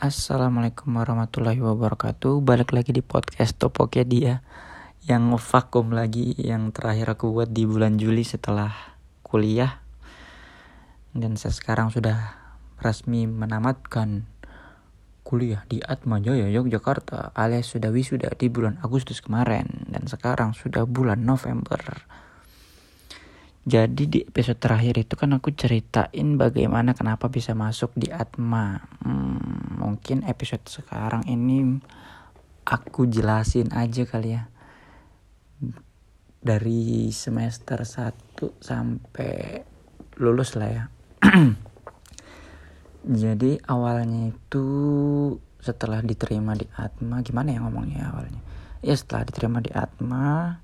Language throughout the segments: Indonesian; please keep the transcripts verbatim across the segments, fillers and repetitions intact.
Assalamualaikum warahmatullahi wabarakatuh. Balik lagi di podcast Topopedia yang vakum lagi, yang terakhir aku buat di bulan Juli setelah kuliah. Dan saya sekarang sudah resmi menamatkan kuliah di Atma Jaya Yogyakarta, alias sudah wisuda di bulan Agustus kemarin. Dan sekarang sudah bulan November. Jadi di episode terakhir itu kan aku ceritain bagaimana kenapa bisa masuk di Atma. Hmm, mungkin episode sekarang ini aku jelasin aja kali ya. Dari semester satu sampai lulus lah ya. Jadi awalnya itu setelah diterima di Atma, gimana ya ngomongnya awalnya? Ya setelah diterima di Atma,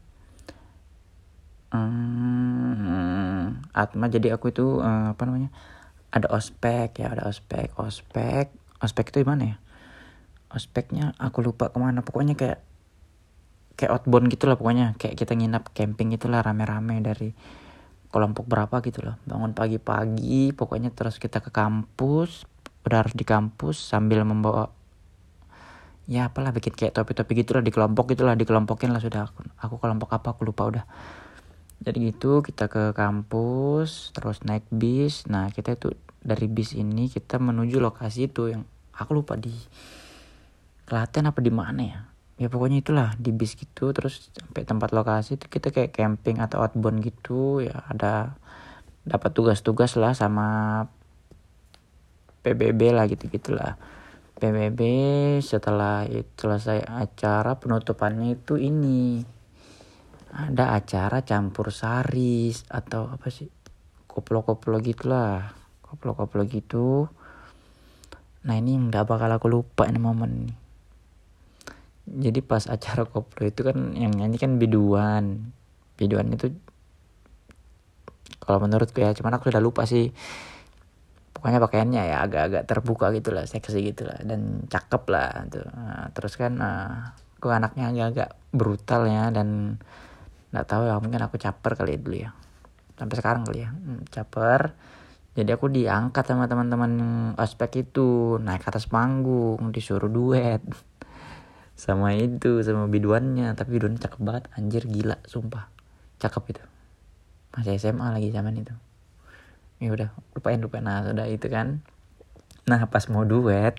Hmm, Atma jadi aku itu uh, apa namanya, ada ospek ya ada ospek ospek ospek itu gimana ya, ospeknya aku lupa kemana, pokoknya kayak kayak outbound gitulah, pokoknya kayak kita nginap camping gitulah rame-rame dari kelompok berapa gitu loh, bangun pagi-pagi pokoknya, terus kita ke kampus, udah harus di kampus sambil membawa ya apalah, bikin kayak topi-topi gitulah di kelompok gitulah, dikelompokin lah sudah, aku, aku kelompok apa aku lupa udah. Jadi gitu kita ke kampus, terus naik bis. Nah kita itu dari bis ini kita menuju lokasi itu yang aku lupa di Klaten apa di mana ya. Ya pokoknya itulah di bis gitu, terus sampai tempat lokasi itu kita kayak camping atau outbound gitu ya, ada dapat tugas-tugas lah sama P B B lah gitu-gitulah. P B B setelah itu selesai acara penutupannya itu ini, ada acara campur sari atau apa sih, koplo-koplo gitulah, koplo-koplo gitu. Nah ini nggak bakal aku lupa ini momen nih. Jadi pas acara koplo itu kan yang nyanyi kan biduan, biduan itu kalau menurutku ya, cuman aku sudah lupa sih. Pokoknya pakaiannya ya agak-agak terbuka gitulah, seksi gitulah, dan cakep lah tuh. Nah, terus kan nah, aku anaknya agak-agak brutal ya, dan nggak tahu ya, mungkin aku caper kali dulu ya, sampai sekarang kali ya, hmm, caper. Jadi aku diangkat sama teman-teman ospek itu, naik ke atas panggung, disuruh duet sama itu, sama biduannya. Tapi biduannya cakep banget, anjir gila, sumpah cakep itu, masih S M A lagi zaman itu. Ya udah lupain lupain nah udah itu kan. Nah pas mau duet,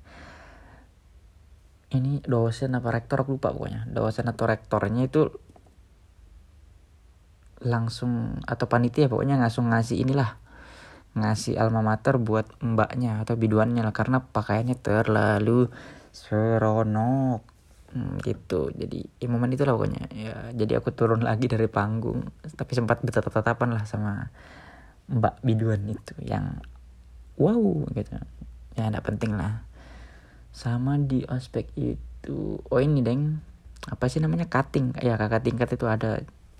ini dosen apa rektor aku lupa, pokoknya dosen atau rektornya itu langsung, atau panitia pokoknya langsung ngasih inilah, ngasih alma mater buat mbaknya atau biduannya lah, karena pakaiannya terlalu seronok hmm, gitu. Jadi ya, momen itulah pokoknya ya. Jadi aku turun lagi dari panggung, tapi sempat bertatap-tatapan lah sama mbak biduan itu yang wow gitu ya, enggak penting lah. Sama di ospek itu, oh ini deng, apa sih namanya, cutting ya, kakak tingkat itu ada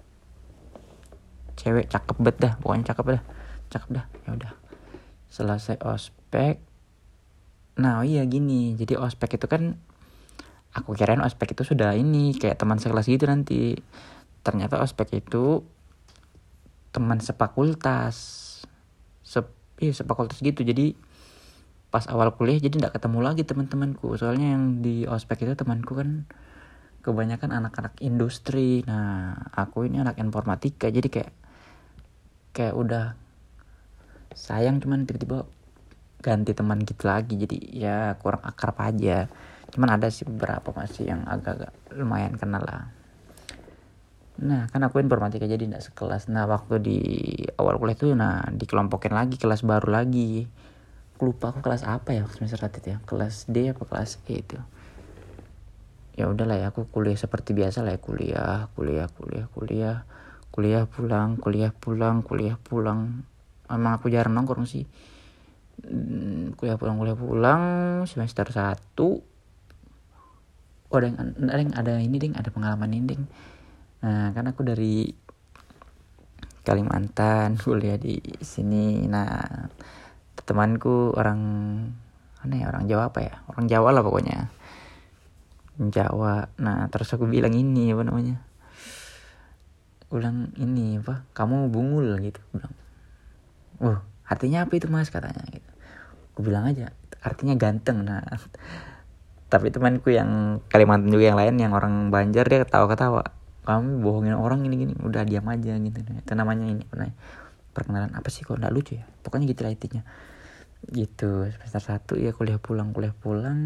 cewek cakep banget dah, pokoknya cakep dah cakep dah ya udah selesai ospek. Nah oh iya gini, jadi ospek itu kan aku kirain ospek itu sudah ini kayak teman sekelas gitu, nanti ternyata ospek itu teman sefakultas Sep, iya sefakultas gitu. Jadi pas awal kuliah jadi nggak ketemu lagi teman-temanku, soalnya yang di ospek itu temanku kan kebanyakan anak-anak industri. Nah aku ini anak informatika, jadi kayak kayak udah sayang, cuman tiba-tiba ganti teman gitu lagi, jadi ya kurang akrab aja. Cuman ada sih beberapa masih yang agak-agak lumayan kenal lah. Nah kan aku informatika jadi gak sekelas. Nah waktu di awal kuliah tuh nah dikelompokin lagi, kelas baru lagi. Aku lupa aku kelas apa ya semester satu ya, kelas D apa kelas E itu. Ya udahlah ya, aku kuliah seperti biasa lah ya, kuliah kuliah kuliah kuliah kuliah pulang kuliah pulang kuliah pulang. Emang aku jarang nongkrong sih. Kuliah pulang kuliah pulang semester satu. Oh ada ada ada ini ding, ada pengalaman ini ding. Nah kan aku dari Kalimantan, kuliah di sini. Nah temanku orang mana ya, orang Jawa apa ya, orang Jawa lah pokoknya, Jawa. Nah terus aku bilang ini apa namanya, ulang ini apa, kamu bungul gitu, bilang. Wah artinya apa itu mas, katanya gitu. Aku bilang aja artinya ganteng. Nah tapi temanku yang Kalimantan juga yang lain yang orang Banjar dia ketawa-ketawa, kamu bohongin orang gini-gini, udah diam aja gitu. Itu namanya ini perkenalan apa sih kok nggak lucu ya, pokoknya gitu lah intinya gitu. Semester satu ya kuliah pulang kuliah pulang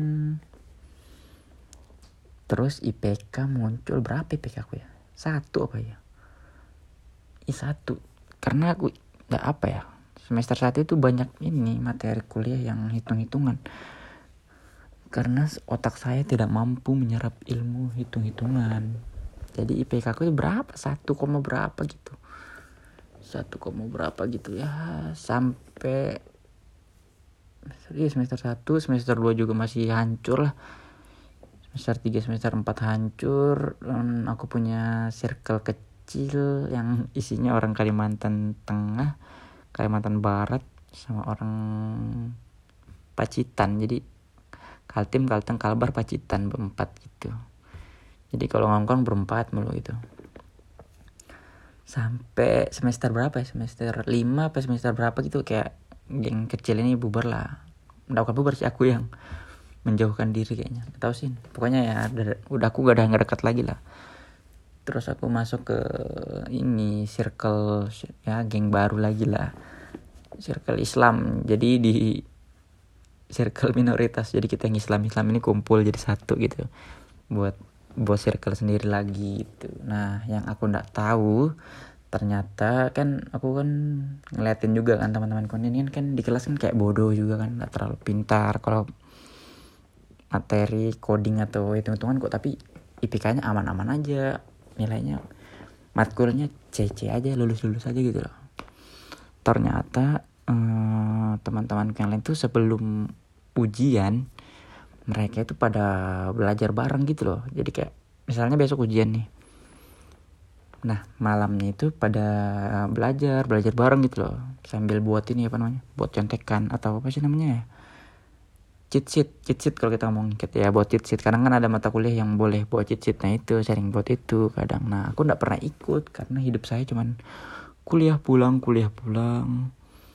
terus I P K muncul berapa I P K aku ya, satu apa ya, i satu karena aku nggak apa ya, semester satu itu banyak ini materi kuliah yang hitung-hitungan karena otak saya tidak mampu menyerap ilmu hitung-hitungan. Jadi I P K aku itu berapa, satu koma berapa gitu, satu koma berapa gitu ya, sampai serius semester satu, semester dua juga masih hancur lah. Semester tiga, semester empat hancur. Dan aku punya circle kecil yang isinya orang Kalimantan Tengah, Kalimantan Barat, sama orang Pacitan. Jadi Kaltim, Kalteng, Kalbar, Pacitan berempat gitu. Jadi kalau ngongkong berempat mulu gitu. Sampai semester berapa ya? Semester lima apa semester berapa gitu kayak geng kecil ini bubar lah. Udah bukan bubar sih, aku yang menjauhkan diri kayaknya. Gak tahu sih. Pokoknya ya udah aku gak ada yang dekat lagi lah. Terus aku masuk ke ini circle ya geng baru lagi lah. Circle Islam. Jadi di circle minoritas. Jadi kita yang Islam-Islam ini kumpul jadi satu gitu. Buat buat circle sendiri lagi gitu. Nah, yang aku enggak tahu ternyata kan aku kan ngeliatin juga kan teman-temanku ini kan di kelas kan kayak bodoh juga kan, nggak terlalu pintar kalau materi coding atau hitung-hitungan kok, tapi I P K-nya aman-aman aja, nilainya matkulnya C C aja, lulus-lulus aja gitu loh. Ternyata eh, teman-teman yang lain tuh sebelum ujian mereka itu pada belajar bareng gitu loh. Jadi kayak misalnya besok ujian nih, nah malamnya itu pada belajar belajar bareng gitu loh, sambil buat ini apa namanya, buat contekan atau apa sih namanya ya, cheat sheet cheat sheet kalau kita ngomong gitu ya, buat cheat sheet. Kadang kan ada mata kuliah yang boleh buat cheat sheet, nah itu sering buat itu kadang. Nah aku nggak pernah ikut karena hidup saya cuman kuliah pulang kuliah pulang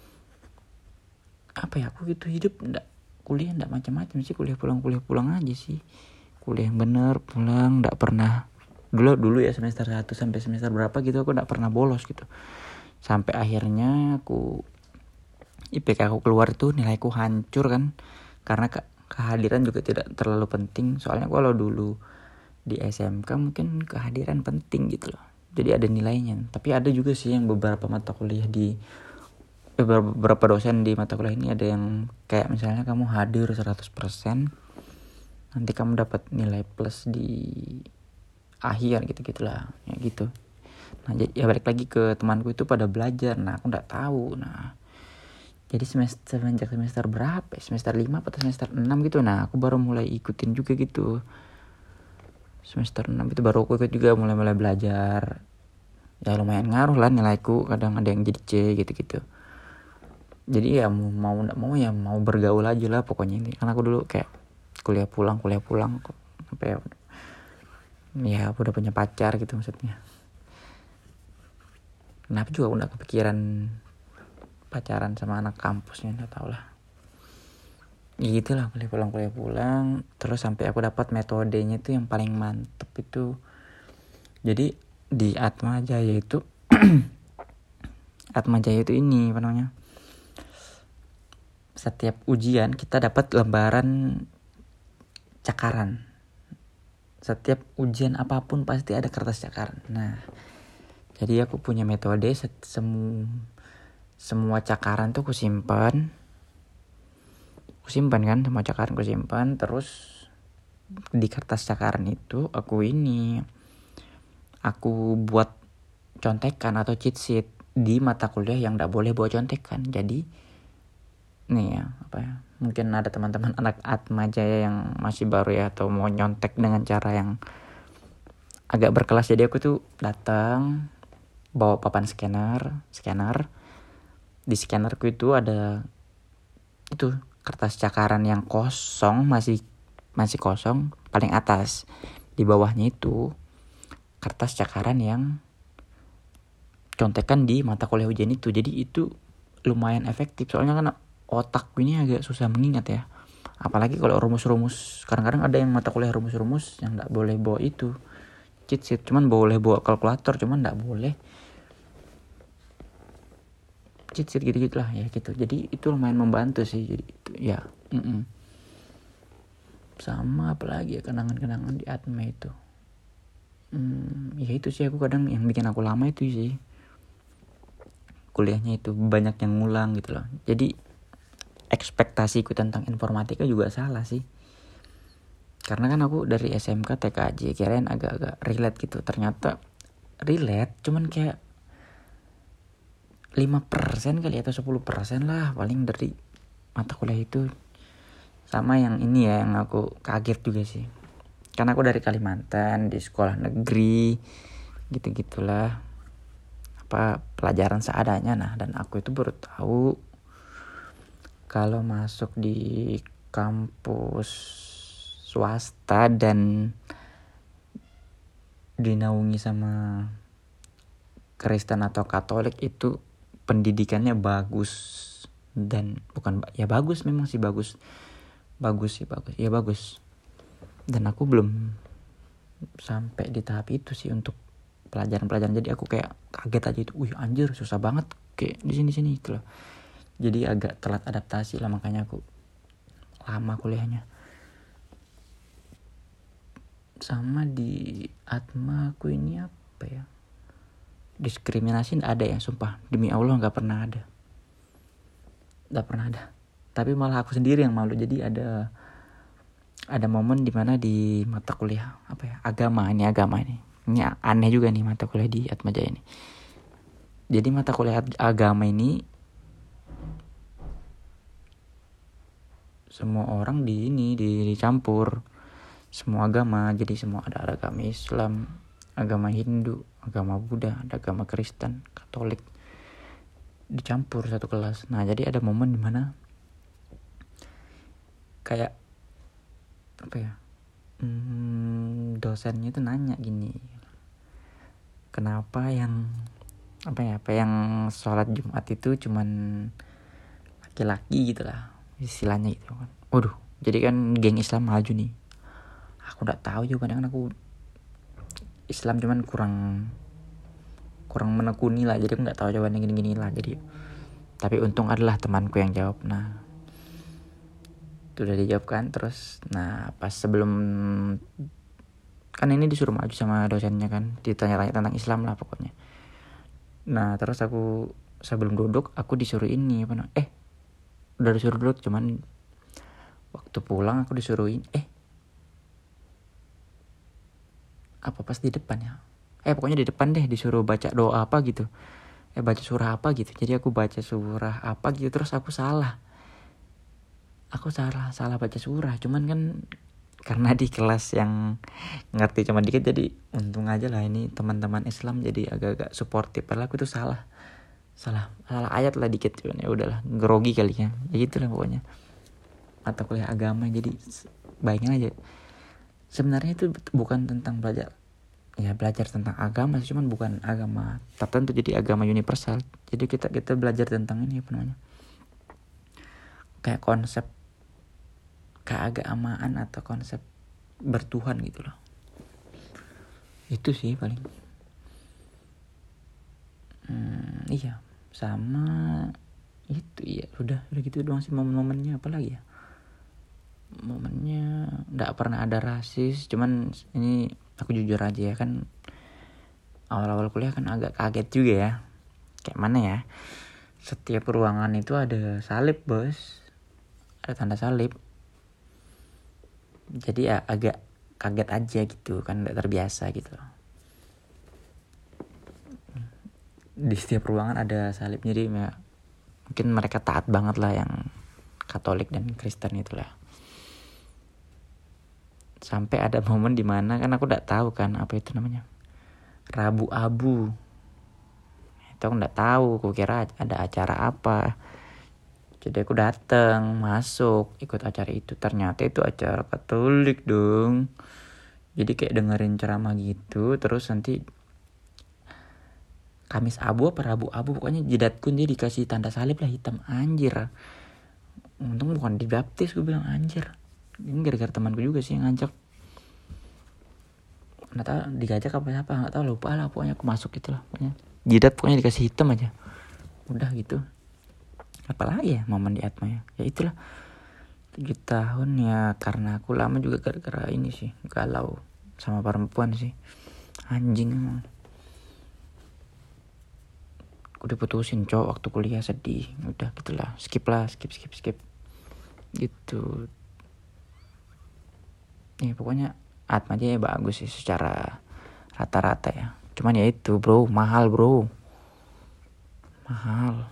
apa ya, aku gitu hidup nggak kuliah nggak macam-macam sih, kuliah pulang kuliah pulang aja sih, kuliah yang bener pulang, nggak pernah dulu dulu ya semester satu sampai semester berapa gitu aku nggak pernah bolos gitu. Sampai akhirnya aku I P K aku keluar tuh nilaiku hancur kan, karena ke- kehadiran juga tidak terlalu penting. Soalnya kalau dulu di S M K mungkin kehadiran penting gitu loh, jadi ada nilainya. Tapi ada juga sih yang beberapa mata kuliah di eh, beberapa dosen di mata kuliah ini ada yang kayak misalnya kamu hadir seratus persen nanti kamu dapat nilai plus di akhir gitu-gitulah ya gitu. Nah jadi ya balik lagi ke temanku itu pada belajar, nah aku nggak tahu. Nah jadi semester semenjak semester berapa ya? Semester lima atau semester enam gitu, nah aku baru mulai ikutin juga gitu. Semester enam itu baru aku ikut juga, mulai-mulai belajar. Ya lumayan ngaruh lah nilaiku, kadang ada yang jadi C gitu-gitu. Jadi ya mau nggak mau ya mau bergaul aja lah pokoknya ini. Karena aku dulu kayak kuliah pulang kuliah pulang apa ya, ya aku udah punya pacar gitu maksudnya. Kenapa juga aku gak kepikiran pacaran sama anak kampusnya, gak tau lah. Ya gitu lah, kuliah pulang kuliah pulang terus sampai aku dapat metodenya itu yang paling mantep itu. Jadi di Atma Jaya itu Atma Jaya itu ini apa namanya, setiap ujian kita dapat lembaran cakaran. Setiap ujian apapun pasti ada kertas cakaran. Nah, jadi aku punya metode semu, semua cakaran tuh aku simpan. Aku simpan kan, semua cakaran aku simpan. Terus di kertas cakaran itu aku ini aku buat contekan atau cheat sheet di mata kuliah yang enggak boleh buat contekan. Jadi nih ya, apa ya? Mungkin ada teman-teman anak Atma Jaya yang masih baru ya, atau mau nyontek dengan cara yang agak berkelas. Jadi aku tuh datang bawa papan scanner, scanner. Di scannerku itu ada itu kertas cakaran yang kosong, masih masih kosong paling atas. Di bawahnya itu kertas cakaran yang contekan di mata kuliah ujian itu. Jadi itu lumayan efektif. Soalnya kan otakku ini agak susah mengingat ya. apalagi kalau rumus-rumus, kadang-kadang ada yang mata kuliah rumus-rumus yang nggak boleh bawa itu cheat sheet, cuman boleh bawa kalkulator, cuman nggak boleh cheat sheet gitu-gitu lah ya gitu. Jadi itu lumayan membantu sih, jadi itu ya. Mm-mm. Sama apalagi ya kenangan-kenangan di Atma itu, hmm, ya itu sih, aku kadang yang bikin aku lama itu sih kuliahnya itu banyak yang ngulang gitu loh. Jadi ekspektasiku tentang informatika juga salah sih, karena kan aku dari S M K T K J kirain agak-agak relate gitu, ternyata relate cuman kayak lima persen kali atau sepuluh persen lah paling dari mata kuliah itu. Sama yang ini ya, yang aku kaget juga sih, karena aku dari Kalimantan di sekolah negeri gitu-gitulah, apa pelajaran seadanya. Nah, dan aku itu baru tahu kalau masuk di kampus swasta dan dinaungi sama Kristen atau Katolik itu pendidikannya bagus, dan bukan ya bagus, memang sih bagus bagus sih bagus ya bagus. Dan aku belum sampai di tahap itu sih untuk pelajaran-pelajaran, jadi aku kayak kaget aja itu, wih anjir susah banget kayak di sini sini gitu loh. Jadi agak telat adaptasi lah, makanya aku lama kuliahnya. Sama di Atma aku ini apa ya, diskriminasi nggak ada ya, sumpah demi Allah nggak pernah ada, nggak pernah ada. Tapi malah aku sendiri yang malu. Jadi ada ada momen dimana di mata kuliah apa ya, agama ini agama ini ini aneh juga nih mata kuliah di Atma Jaya ini. Jadi mata kuliah agama ini semua orang di ini dicampur, semua agama. Jadi semua ada agama Islam, agama Hindu, agama Buddha, ada agama Kristen, Katolik, dicampur satu kelas. Nah jadi ada momen dimana kayak apa ya, hmm, dosennya tuh nanya gini, kenapa yang apa ya apa yang sholat Jumat itu cuman laki-laki gitu lah istilahnya gitu kan. Waduh, jadi kan geng Islam maju nih. Aku nggak tahu juga, kan aku Islam cuman kurang kurang menekuni lah, jadi aku nggak tahu jawabannya gini-gini lah. Jadi tapi untung adalah temanku yang jawab. Nah itu udah dijawab kan. Terus nah pas sebelum, kan ini disuruh maju sama dosennya kan, ditanya-tanya tentang Islam lah pokoknya. Nah terus aku sebelum duduk aku disuruh ini apa namanya, eh udah disuruh duduk, cuman waktu pulang aku disuruhin eh apa pas di depan ya, eh pokoknya di depan deh disuruh baca doa apa gitu, eh baca surah apa gitu. Jadi aku baca surah apa gitu, terus aku salah aku salah salah baca surah. Cuman kan karena di kelas yang ngerti cuma dikit, jadi untung aja lah ini teman-teman Islam jadi agak-agak suportif. Padahal aku tuh salah salah salah ayat lah dikit, cuman ya udahlah, grogi kali ya ya gitulah pokoknya mata kuliah agama. Jadi bayangin aja, sebenarnya itu bukan tentang belajar ya belajar tentang agama sih, cuman bukan agama tertentu, jadi agama universal. Jadi kita kita belajar tentang ini apa namanya, kayak konsep keagamaan atau konsep bertuhan gitu loh. Itu sih paling. Hmm, iya, sama itu iya udah udah gitu doang sih momen-momennya. Apa lagi ya, momennya nggak pernah ada rasis. Cuman ini aku jujur aja ya, kan awal-awal kuliah kan agak kaget juga ya, kayak mana ya, setiap ruangan itu ada salib bos, ada tanda salib. Jadi ya agak kaget aja gitu kan, nggak terbiasa gitu. Di setiap ruangan ada salib, jadi ya, mungkin mereka taat banget lah yang Katolik dan Kristen itulah. Sampai ada momen dimana kan aku nggak tahu kan apa itu namanya, Rabu Abu. Itu aku nggak tahu, aku kira ada acara apa. Jadi aku datang, masuk, ikut acara itu. Ternyata itu acara Katolik dong. Jadi kayak dengerin ceramah gitu. Terus nanti Kamis Abu apa Rabu Abu, pokoknya jidatku dia dikasih tanda salib lah hitam. Anjir, untung bukan dibaptis, gue bilang anjir. Ini gara-gara temanku juga sih yang ngajak. Nggak tahu digajak apa apa, nggak tahu, lupa lah, pokoknya aku masuk gitu lah, pokoknya jidat pokoknya dikasih hitam aja, udah gitu. Apalagi ya momen di Atma ya, ya itulah tujuh tahun ya, karena aku lama juga gara-gara ini sih, galau sama perempuan sih, anjing emang. Aku diputusin cowok waktu kuliah, sedih, udah gitulah, skip lah, skip skip skip gitu. Ya pokoknya Atma aja ya bagus sih secara rata-rata ya. Cuman ya itu bro, mahal bro, mahal.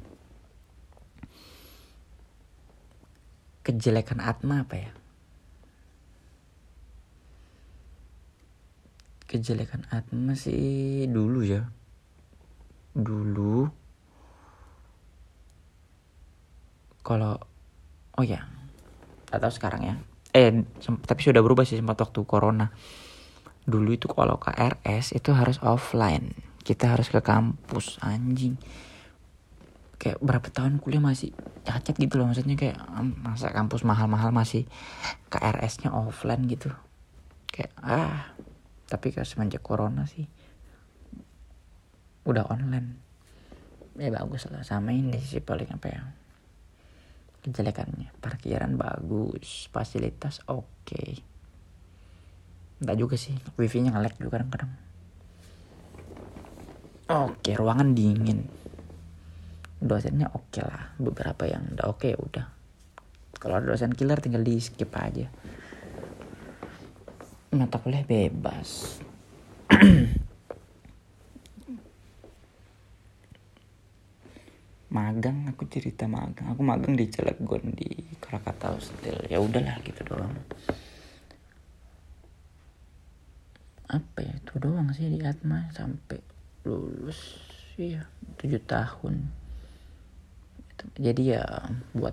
Kejelekan Atma apa ya? Kejelekan Atma sih dulu ya, dulu kalau oh ya atau sekarang ya, eh sem- tapi sudah berubah sih sempat waktu corona. Dulu itu kalau K R S itu harus offline, kita harus ke kampus, anjing. Kayak berapa tahun kuliah masih cacat gitu loh, maksudnya kayak masa kampus mahal-mahal masih K R S-nya offline gitu. Kayak ah, tapi kayak semenjak corona sih udah online. Ya bagus lah, sama ini sih paling apa ya, kejelekannya parkiran bagus, fasilitas oke. Okay. Enggak juga sih, wifi-nya nge-lag juga kadang-kadang. Oke, ruangan dingin. Dosennya oke lah, beberapa yang udah oke ya udah. Kalau ada dosen killer tinggal di skip aja. Mata kuliah bebas. Magang, aku cerita magang. Aku magang di Cilegon di Krakatau Steel. Ya udahlah gitu doang. Apa ya, itu doang sih di Atma sampai lulus ya tujuh tahun. Jadi ya buat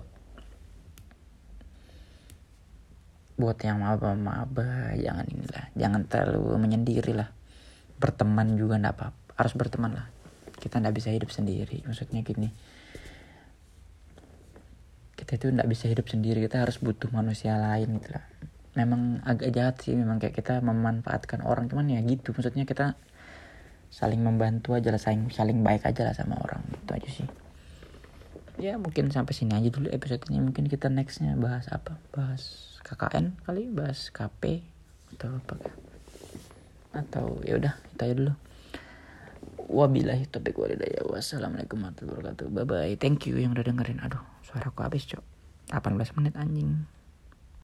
buat yang maba-maba jangan inilah, jangan terlalu menyendiri lah. Berteman juga nggak apa-apa, harus berteman lah. Kita nggak bisa hidup sendiri, maksudnya gini, kita itu nggak bisa hidup sendiri, kita harus butuh manusia lain gitu lah. Memang agak jahat sih, memang kayak kita memanfaatkan orang, cuman ya gitu, maksudnya kita saling membantu aja lah, saling saling baik aja lah sama orang, itu aja sih. Ya mungkin sampai sini aja dulu episode ini. Mungkin kita nextnya bahas apa, bahas K K N kali, bahas K P atau apa, atau ya udah kita aja dulu. Wabillahi taufiq wal hidayah. Wassalamualaikum warahmatullahi wabarakatuh. Bye bye. Thank you yang udah dengerin. Aduh, suaraku habis, Cok. delapan belas menit anjing.